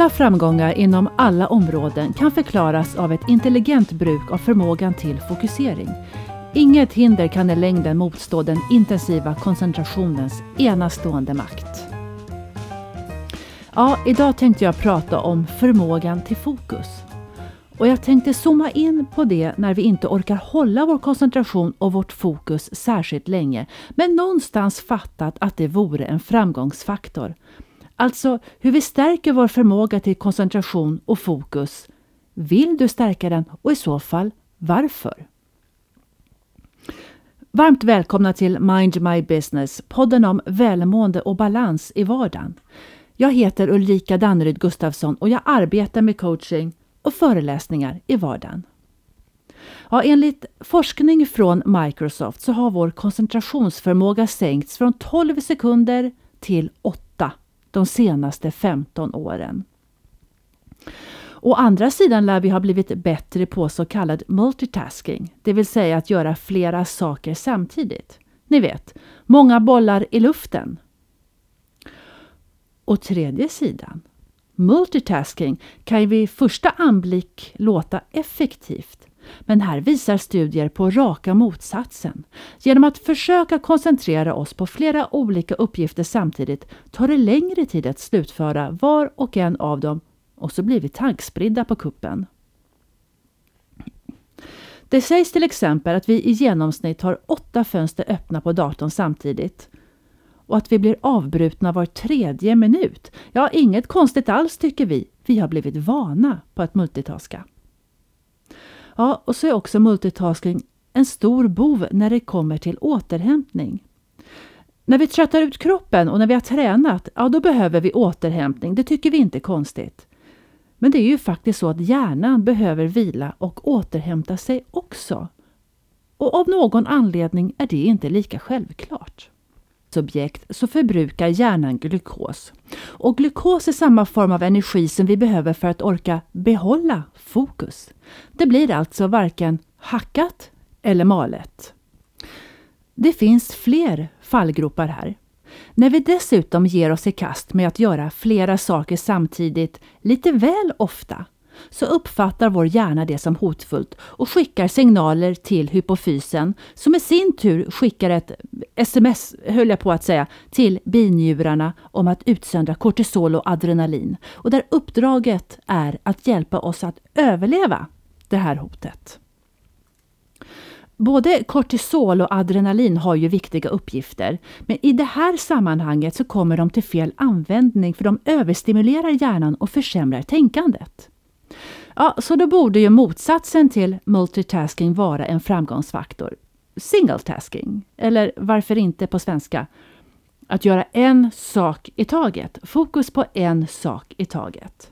Alla framgångar inom alla områden kan förklaras av ett intelligent bruk av förmågan till fokusering. Inget hinder kan i längden motstå den intensiva koncentrationens enastående makt. Ja, idag tänkte jag prata om förmågan till fokus. Och jag tänkte zooma in på det när vi inte orkar hålla vår koncentration och vårt fokus särskilt länge, men någonstans fattat att det vore en framgångsfaktor. Alltså hur vi stärker vår förmåga till koncentration och fokus. Vill du stärka den och i så fall varför? Varmt välkomna till Mind My Business, podden om välmående och balans i vardagen. Jag heter Ulrika Danneryd Gustafsson och jag arbetar med coaching och föreläsningar i vardagen. Ja, enligt forskning från Microsoft så har vår koncentrationsförmåga sänkts från 12 sekunder till 8 de senaste 15 åren. Å andra sidan lär vi ha blivit bättre på så kallad multitasking, det vill säga att göra flera saker samtidigt. Ni vet, många bollar i luften. Å tredje sidan, multitasking kan vid första anblick låta effektivt. Men här visar studier på raka motsatsen. Genom att försöka koncentrera oss på flera olika uppgifter samtidigt tar det längre tid att slutföra var och en av dem och så blir vi taggspridda på kuppen. Det sägs till exempel att vi i genomsnitt har 8 fönster öppna på datorn samtidigt. Och att vi blir avbrutna var 3:e minut. Ja, inget konstigt alls tycker vi. Vi har blivit vana på att multitaska. Ja, och så är också multitasking en stor bov när det kommer till återhämtning. När vi tröttar ut kroppen och när vi har tränat, ja då behöver vi återhämtning. Det tycker vi inte är konstigt. Men det är ju faktiskt så att hjärnan behöver vila och återhämta sig också. Och av någon anledning är det inte lika självklart. Subjekt så förbrukar hjärnan glukos. Och glukos är samma form av energi som vi behöver för att orka behålla fokus. Det blir alltså varken hackat eller malet. Det finns fler fallgropar här. När vi dessutom ger oss i kast med att göra flera saker samtidigt lite väl ofta så uppfattar vår hjärna det som hotfullt och skickar signaler till hypofysen som i sin tur skickar ett sms, höll jag på att säga, till binjurarna om att utsöndra kortisol och adrenalin. Och där uppdraget är att hjälpa oss att överleva det här hotet. Både kortisol och adrenalin har ju viktiga uppgifter, men i det här sammanhanget så kommer de till fel användning för de överstimulerar hjärnan och försämrar tänkandet. Ja, så då borde ju motsatsen till multitasking vara en framgångsfaktor. Singletasking, eller varför inte på svenska? Att göra en sak i taget. Fokus på en sak i taget.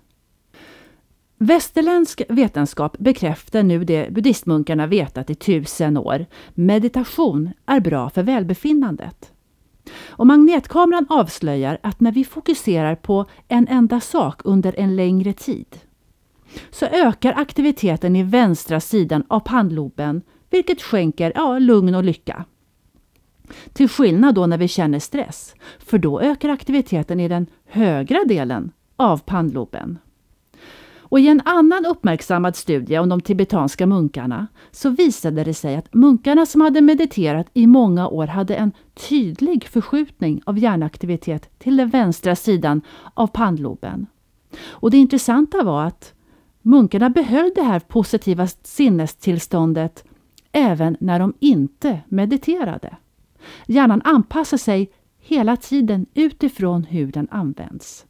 Västerländsk vetenskap bekräftar nu det buddhistmunkarna vetat i 1000 år. Meditation är bra för välbefinnandet. Och magnetkameran avslöjar att när vi fokuserar på en enda sak under en längre tid så ökar aktiviteten i vänstra sidan av pannloben, vilket skänker lugn och lycka. Till skillnad då när vi känner stress, för då ökar aktiviteten i den högra delen av pannloben. Och i en annan uppmärksammad studie om de tibetanska munkarna så visade det sig att munkarna som hade mediterat i många år hade en tydlig förskjutning av hjärnaktivitet till den vänstra sidan av pannloben. Och det intressanta var att munkarna behöll det här positiva sinnestillståndet även när de inte mediterade. Hjärnan anpassar sig hela tiden utifrån hur den används.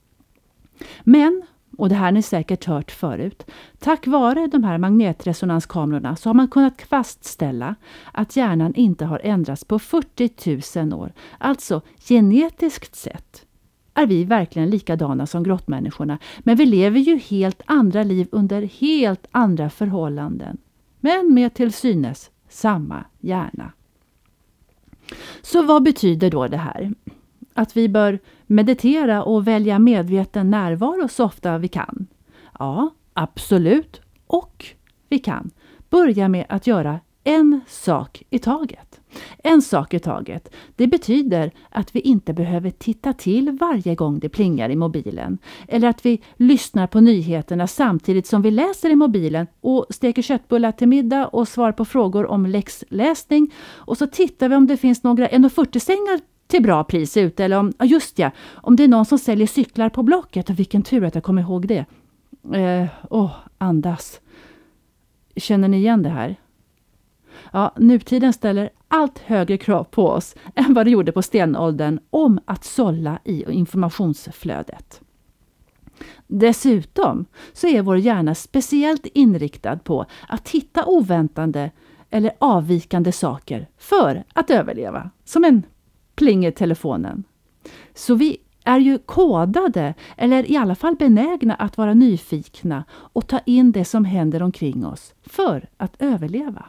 Men, och det här har ni säkert hört förut, tack vare de här magnetresonanskamerorna så har man kunnat fastställa att hjärnan inte har ändrats på 40 000 år. Alltså genetiskt sett är vi verkligen likadana som grottmänniskorna, men vi lever ju helt andra liv under helt andra förhållanden, men med till synes samma hjärna. Så vad betyder då det här? Att vi bör meditera och välja medveten närvaro så ofta vi kan? Ja, absolut. Och vi kan börja med att göra en sak i taget. En sak i taget. Det betyder att vi inte behöver titta till varje gång det plingar i mobilen. Eller att vi lyssnar på nyheterna samtidigt som vi läser i mobilen och steker köttbullar till middag och svarar på frågor om läxläsning. Och så tittar vi om det finns några 1,40-sängar till bra pris ute. Eller om det är någon som säljer cyklar på Blocket. Och vilken tur att jag kommer ihåg det. Andas. Känner ni igen det här? Ja, nutiden ställer allt högre krav på oss än vad det gjorde på stenåldern om att sålla i informationsflödet. Dessutom så är vår hjärna speciellt inriktad på att hitta oväntande eller avvikande saker för att överleva, som en pling i telefonen. Så vi är ju kodade eller i alla fall benägna att vara nyfikna och ta in det som händer omkring oss för att överleva.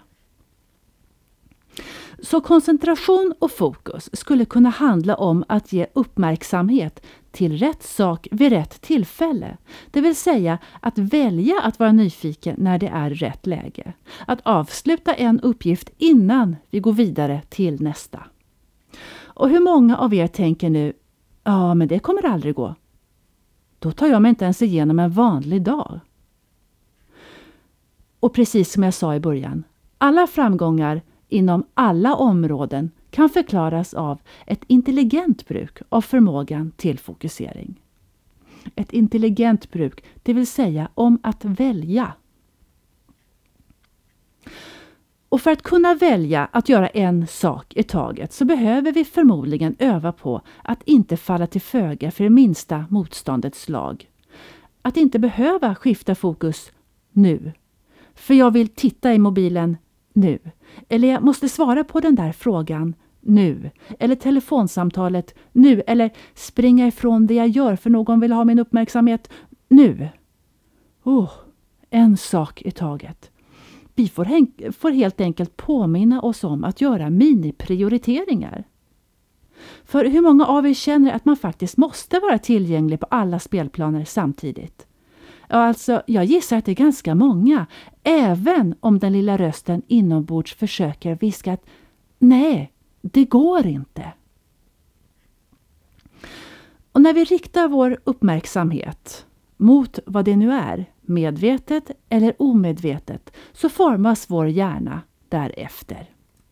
Så koncentration och fokus skulle kunna handla om att ge uppmärksamhet till rätt sak vid rätt tillfälle. Det vill säga att välja att vara nyfiken när det är rätt läge. Att avsluta en uppgift innan vi går vidare till nästa. Och hur många av er tänker nu, ja men det kommer aldrig gå. Då tar jag mig inte ens igenom en vanlig dag. Och precis som jag sa i början, alla framgångar inom alla områden kan förklaras av ett intelligent bruk av förmågan till fokusering. Ett intelligent bruk, det vill säga om att välja. Och för att kunna välja att göra en sak i taget så behöver vi förmodligen öva på att inte falla till föga för det minsta motståndets slag. Att inte behöva skifta fokus nu. För jag vill titta i mobilen nu. Eller jag måste svara på den där frågan nu. Eller telefonsamtalet nu. Eller springa ifrån det jag gör för någon vill ha min uppmärksamhet nu. En sak i taget. Vi får helt enkelt påminna oss om att göra miniprioriteringar. För hur många av er känner att man faktiskt måste vara tillgänglig på alla spelplaner samtidigt? Ja, alltså, jag gissar att det är ganska många. Även om den lilla rösten inombords försöker viska att nej, det går inte. Och när vi riktar vår uppmärksamhet mot vad det nu är, medvetet eller omedvetet, så formas vår hjärna därefter.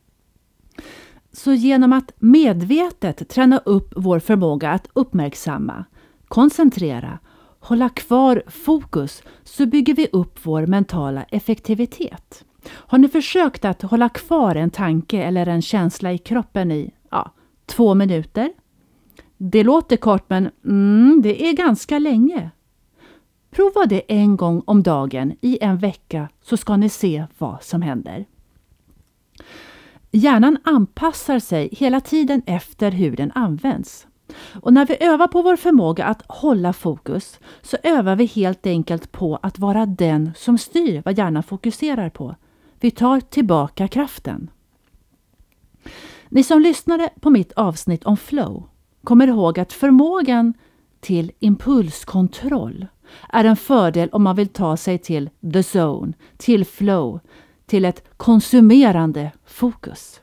Så genom att medvetet träna upp vår förmåga att uppmärksamma, koncentrera, hålla kvar fokus, så bygger vi upp vår mentala effektivitet. Har ni försökt att hålla kvar en tanke eller en känsla i kroppen i 2 minuter? Det låter kort, men det är ganska länge. Prova det en gång om dagen i en vecka, så ska ni se vad som händer. Hjärnan anpassar sig hela tiden efter hur den används. Och när vi övar på vår förmåga att hålla fokus, så övar vi helt enkelt på att vara den som styr vad hjärnan fokuserar på. Vi tar tillbaka kraften. Ni som lyssnade på mitt avsnitt om flow kommer ihåg att förmågan till impulskontroll är en fördel om man vill ta sig till the zone, till flow, till ett konsumerande fokus.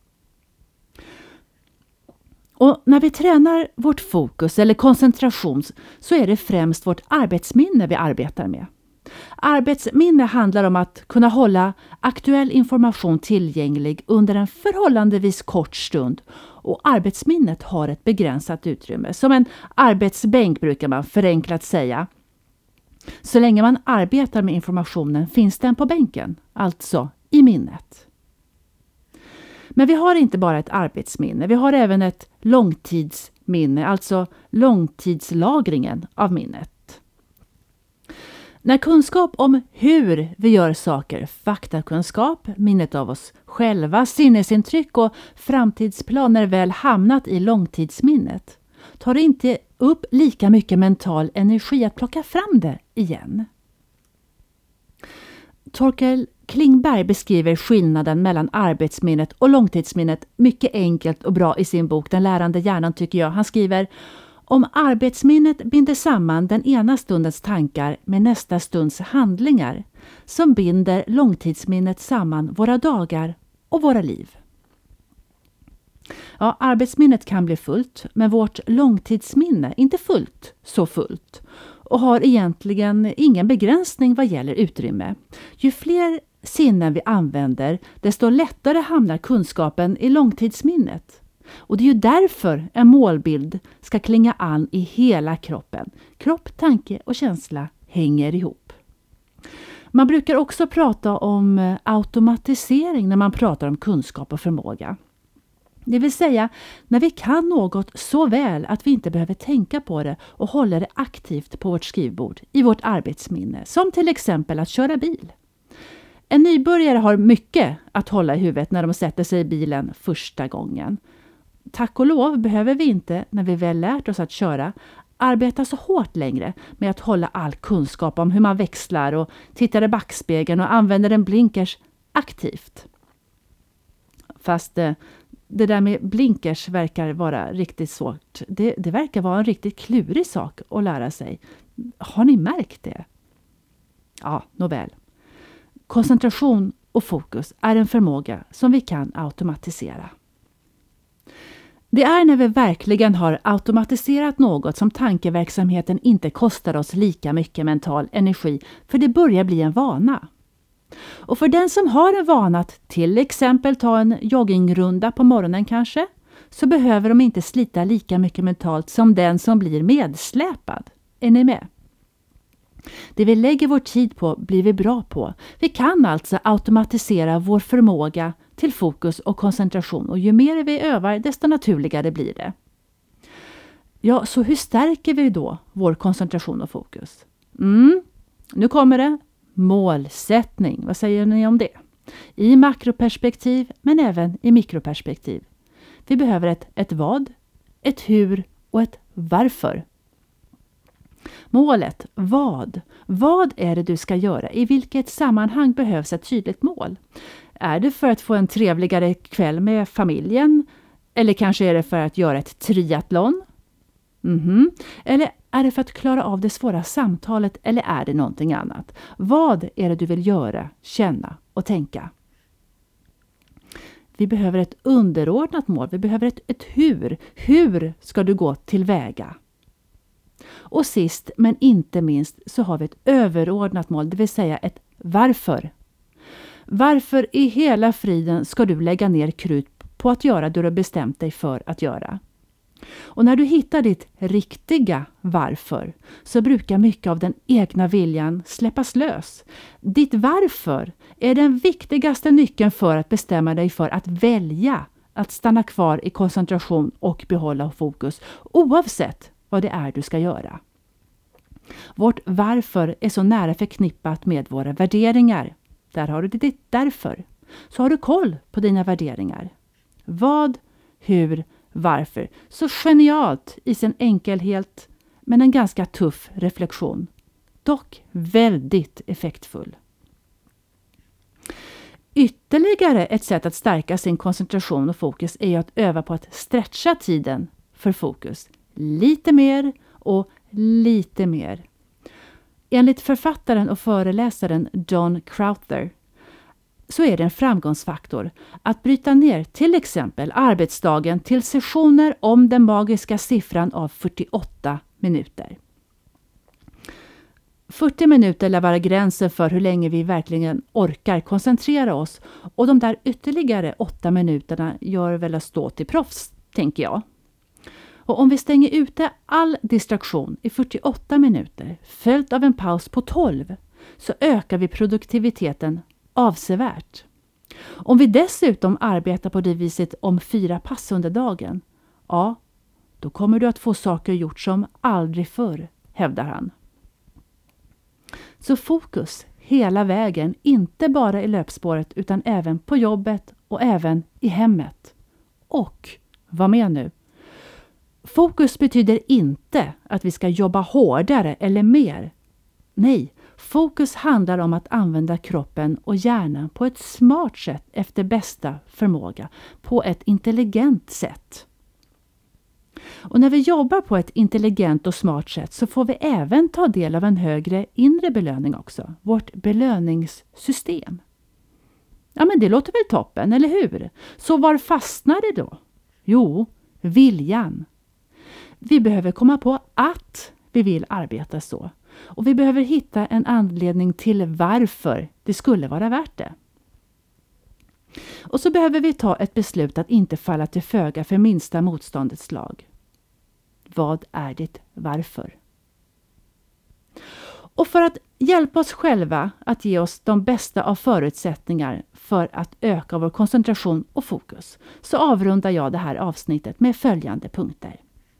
Och när vi tränar vårt fokus eller koncentration så är det främst vårt arbetsminne vi arbetar med. Arbetsminne handlar om att kunna hålla aktuell information tillgänglig under en förhållandevis kort stund, och arbetsminnet har ett begränsat utrymme. Som en arbetsbänk brukar man förenklat säga. Så länge man arbetar med informationen finns den på bänken, alltså i minnet. Men vi har inte bara ett arbetsminne, vi har även ett långtidsminne, alltså långtidslagringen av minnet. När kunskap om hur vi gör saker, faktakunskap, minnet av oss själva, sinnesintryck och framtidsplaner väl hamnat i långtidsminnet, tar det inte upp lika mycket mental energi att plocka fram det igen. Torkel Klingberg beskriver skillnaden mellan arbetsminnet och långtidsminnet mycket enkelt och bra i sin bok Den lärande hjärnan, tycker jag. Han skriver: om arbetsminnet binder samman den ena stundens tankar med nästa stunds handlingar, som binder långtidsminnet samman våra dagar och våra liv. Ja, arbetsminnet kan bli fullt, men vårt långtidsminne inte fullt så fullt och har egentligen ingen begränsning vad gäller utrymme. Ju fler sinnen vi använder, desto lättare hamnar kunskapen i långtidsminnet. Och det är ju därför en målbild ska klinga an i hela kroppen. Kropp, tanke och känsla hänger ihop. Man brukar också prata om automatisering när man pratar om kunskap och förmåga. Det vill säga när vi kan något så väl att vi inte behöver tänka på det och hålla det aktivt på vårt skrivbord i vårt arbetsminne. Som till exempel att köra bil. En nybörjare har mycket att hålla i huvudet när de sätter sig i bilen första gången. Tack och lov behöver vi inte, när vi väl lärt oss att köra, arbeta så hårt längre med att hålla all kunskap om hur man växlar och tittar i backspegeln och använder en blinkers aktivt. Fast det där med blinkers verkar vara riktigt svårt. Det verkar vara en riktigt klurig sak att lära sig. Har ni märkt det? Ja, nåväl. Koncentration och fokus är en förmåga som vi kan automatisera. Det är när vi verkligen har automatiserat något som tankeverksamheten inte kostar oss lika mycket mental energi, för det börjar bli en vana. Och för den som har en vana att till exempel ta en joggingrunda på morgonen kanske, så behöver de inte slita lika mycket mentalt som den som blir medsläpad. Är ni med? Det vi lägger vår tid på blir vi bra på. Vi kan alltså automatisera vår förmåga till fokus och koncentration, och ju mer vi övar desto naturligare blir det. Ja, så hur stärker vi då vår koncentration och fokus? Nu kommer det. Målsättning. Vad säger ni om det? I makroperspektiv men även i mikroperspektiv. Vi behöver ett vad, ett hur och ett varför. Målet, vad? Vad är det du ska göra? I vilket sammanhang behövs ett tydligt mål? Är det för att få en trevligare kväll med familjen? Eller kanske är det för att göra ett triathlon? Eller är det för att klara av det svåra samtalet, eller är det någonting annat? Vad är det du vill göra, känna och tänka? Vi behöver ett underordnat mål. Vi behöver ett hur. Hur ska du gå tillväga? Och sist men inte minst så har vi ett överordnat mål, det vill säga ett varför. Varför i hela friden ska du lägga ner krut på att göra det du har bestämt dig för att göra? Och när du hittar ditt riktiga varför så brukar mycket av den egna viljan släppas lös. Ditt varför är den viktigaste nyckeln för att bestämma dig för att välja att stanna kvar i koncentration och behålla fokus oavsett vad det är du ska göra. Vårt varför är så nära förknippat med våra värderingar. Där har du ditt därför. Så har du koll på dina värderingar. Vad, hur, varför. Så genialt i sin enkelhet, men en ganska tuff reflektion. Dock väldigt effektfull. Ytterligare ett sätt att stärka sin koncentration och fokus är att öva på att stretcha tiden för fokus. Lite mer och lite mer. Enligt författaren och föreläsaren John Crowther så är det en framgångsfaktor att bryta ner till exempel arbetsdagen till sessioner om den magiska siffran av 48 minuter. 40 minuter lär vara gränsen för hur länge vi verkligen orkar koncentrera oss, och de där ytterligare 8 minuterna gör väl att stå till proffs, tänker jag. Och om vi stänger ute all distraktion i 48 minuter följt av en paus på 12 så ökar vi produktiviteten avsevärt. Om vi dessutom arbetar på det viset om 4 pass under dagen, ja, då kommer du att få saker gjort som aldrig förr, hävdar han. Så fokus hela vägen, inte bara i löpspåret utan även på jobbet och även i hemmet. Och, vad med nu? Fokus betyder inte att vi ska jobba hårdare eller mer. Nej, fokus handlar om att använda kroppen och hjärnan på ett smart sätt efter bästa förmåga, på ett intelligent sätt. Och när vi jobbar på ett intelligent och smart sätt så får vi även ta del av en högre inre belöning också, vårt belöningssystem. Ja, men det låter väl toppen, eller hur? Så var fastnar det då? Jo, viljan. Vi behöver komma på att vi vill arbeta så. Och vi behöver hitta en anledning till varför det skulle vara värt det. Och så behöver vi ta ett beslut att inte falla till föga för minsta motståndets lag. Vad är det varför? Och för att hjälpa oss själva att ge oss de bästa av förutsättningar för att öka vår koncentration och fokus så avrundar jag det här avsnittet med följande punkter.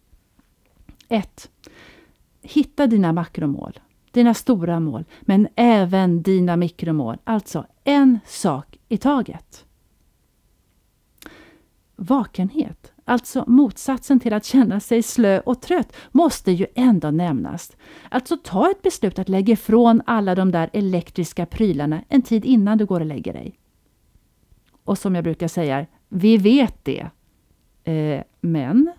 1. Hitta dina makromål, dina stora mål, men även dina mikromål, alltså en sak i taget. Vakenhet, alltså motsatsen till att känna sig slö och trött, måste ju ändå nämnas. Alltså ta ett beslut att lägga ifrån alla de där elektriska prylarna en tid innan du går och lägger dig. Och som jag brukar säga, vi vet det. Men...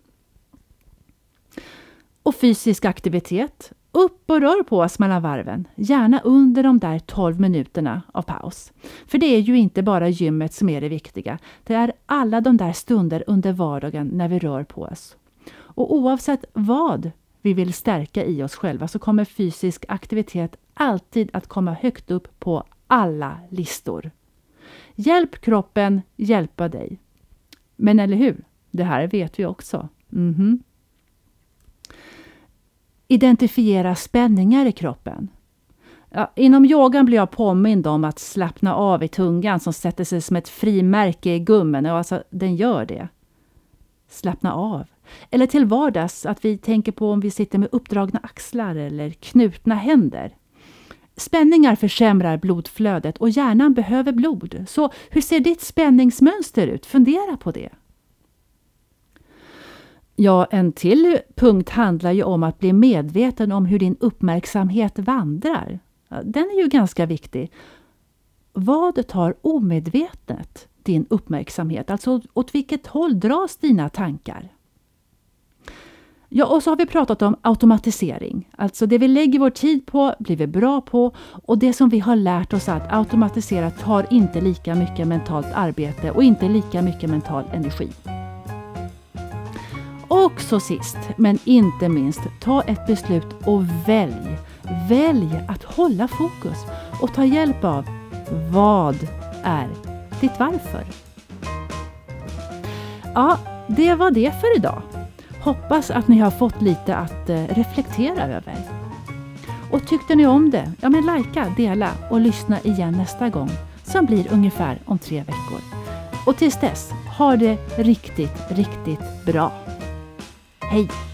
Och fysisk aktivitet. Upp och rör på oss mellan varven. Gärna under de där 12 minuterna av paus. För det är ju inte bara gymmet som är det viktiga. Det är alla de där stunder under vardagen när vi rör på oss. Och oavsett vad vi vill stärka i oss själva så kommer fysisk aktivitet alltid att komma högt upp på alla listor. Hjälp kroppen hjälpa dig. Men eller hur? Det här vet vi också. Identifiera spänningar i kroppen. Ja, inom yogan blir jag påmind om att slappna av i tungan som sätter sig som ett frimärke i gummen. Och alltså, den gör det. Slappna av. Eller till vardags att vi tänker på om vi sitter med uppdragna axlar eller knutna händer. Spänningar försämrar blodflödet och hjärnan behöver blod. Så hur ser ditt spänningsmönster ut? Fundera på det. Ja, en till punkt handlar ju om att bli medveten om hur din uppmärksamhet vandrar. Den är ju ganska viktig. Vad tar omedvetet din uppmärksamhet? Alltså åt vilket håll dras dina tankar? Ja, och så har vi pratat om automatisering. Alltså det vi lägger vår tid på blir vi bra på. Och det som vi har lärt oss att automatisera tar inte lika mycket mentalt arbete och inte lika mycket mental energi. Och så sist, men inte minst, ta ett beslut och välj. Välj att hålla fokus och ta hjälp av vad är ditt varför. Ja, det var det för idag. Hoppas att ni har fått lite att reflektera över. Och tyckte ni om det? Ja, men likea, dela och lyssna igen nästa gång som blir ungefär om 3 veckor. Och tills dess, ha det riktigt, riktigt bra. Hej!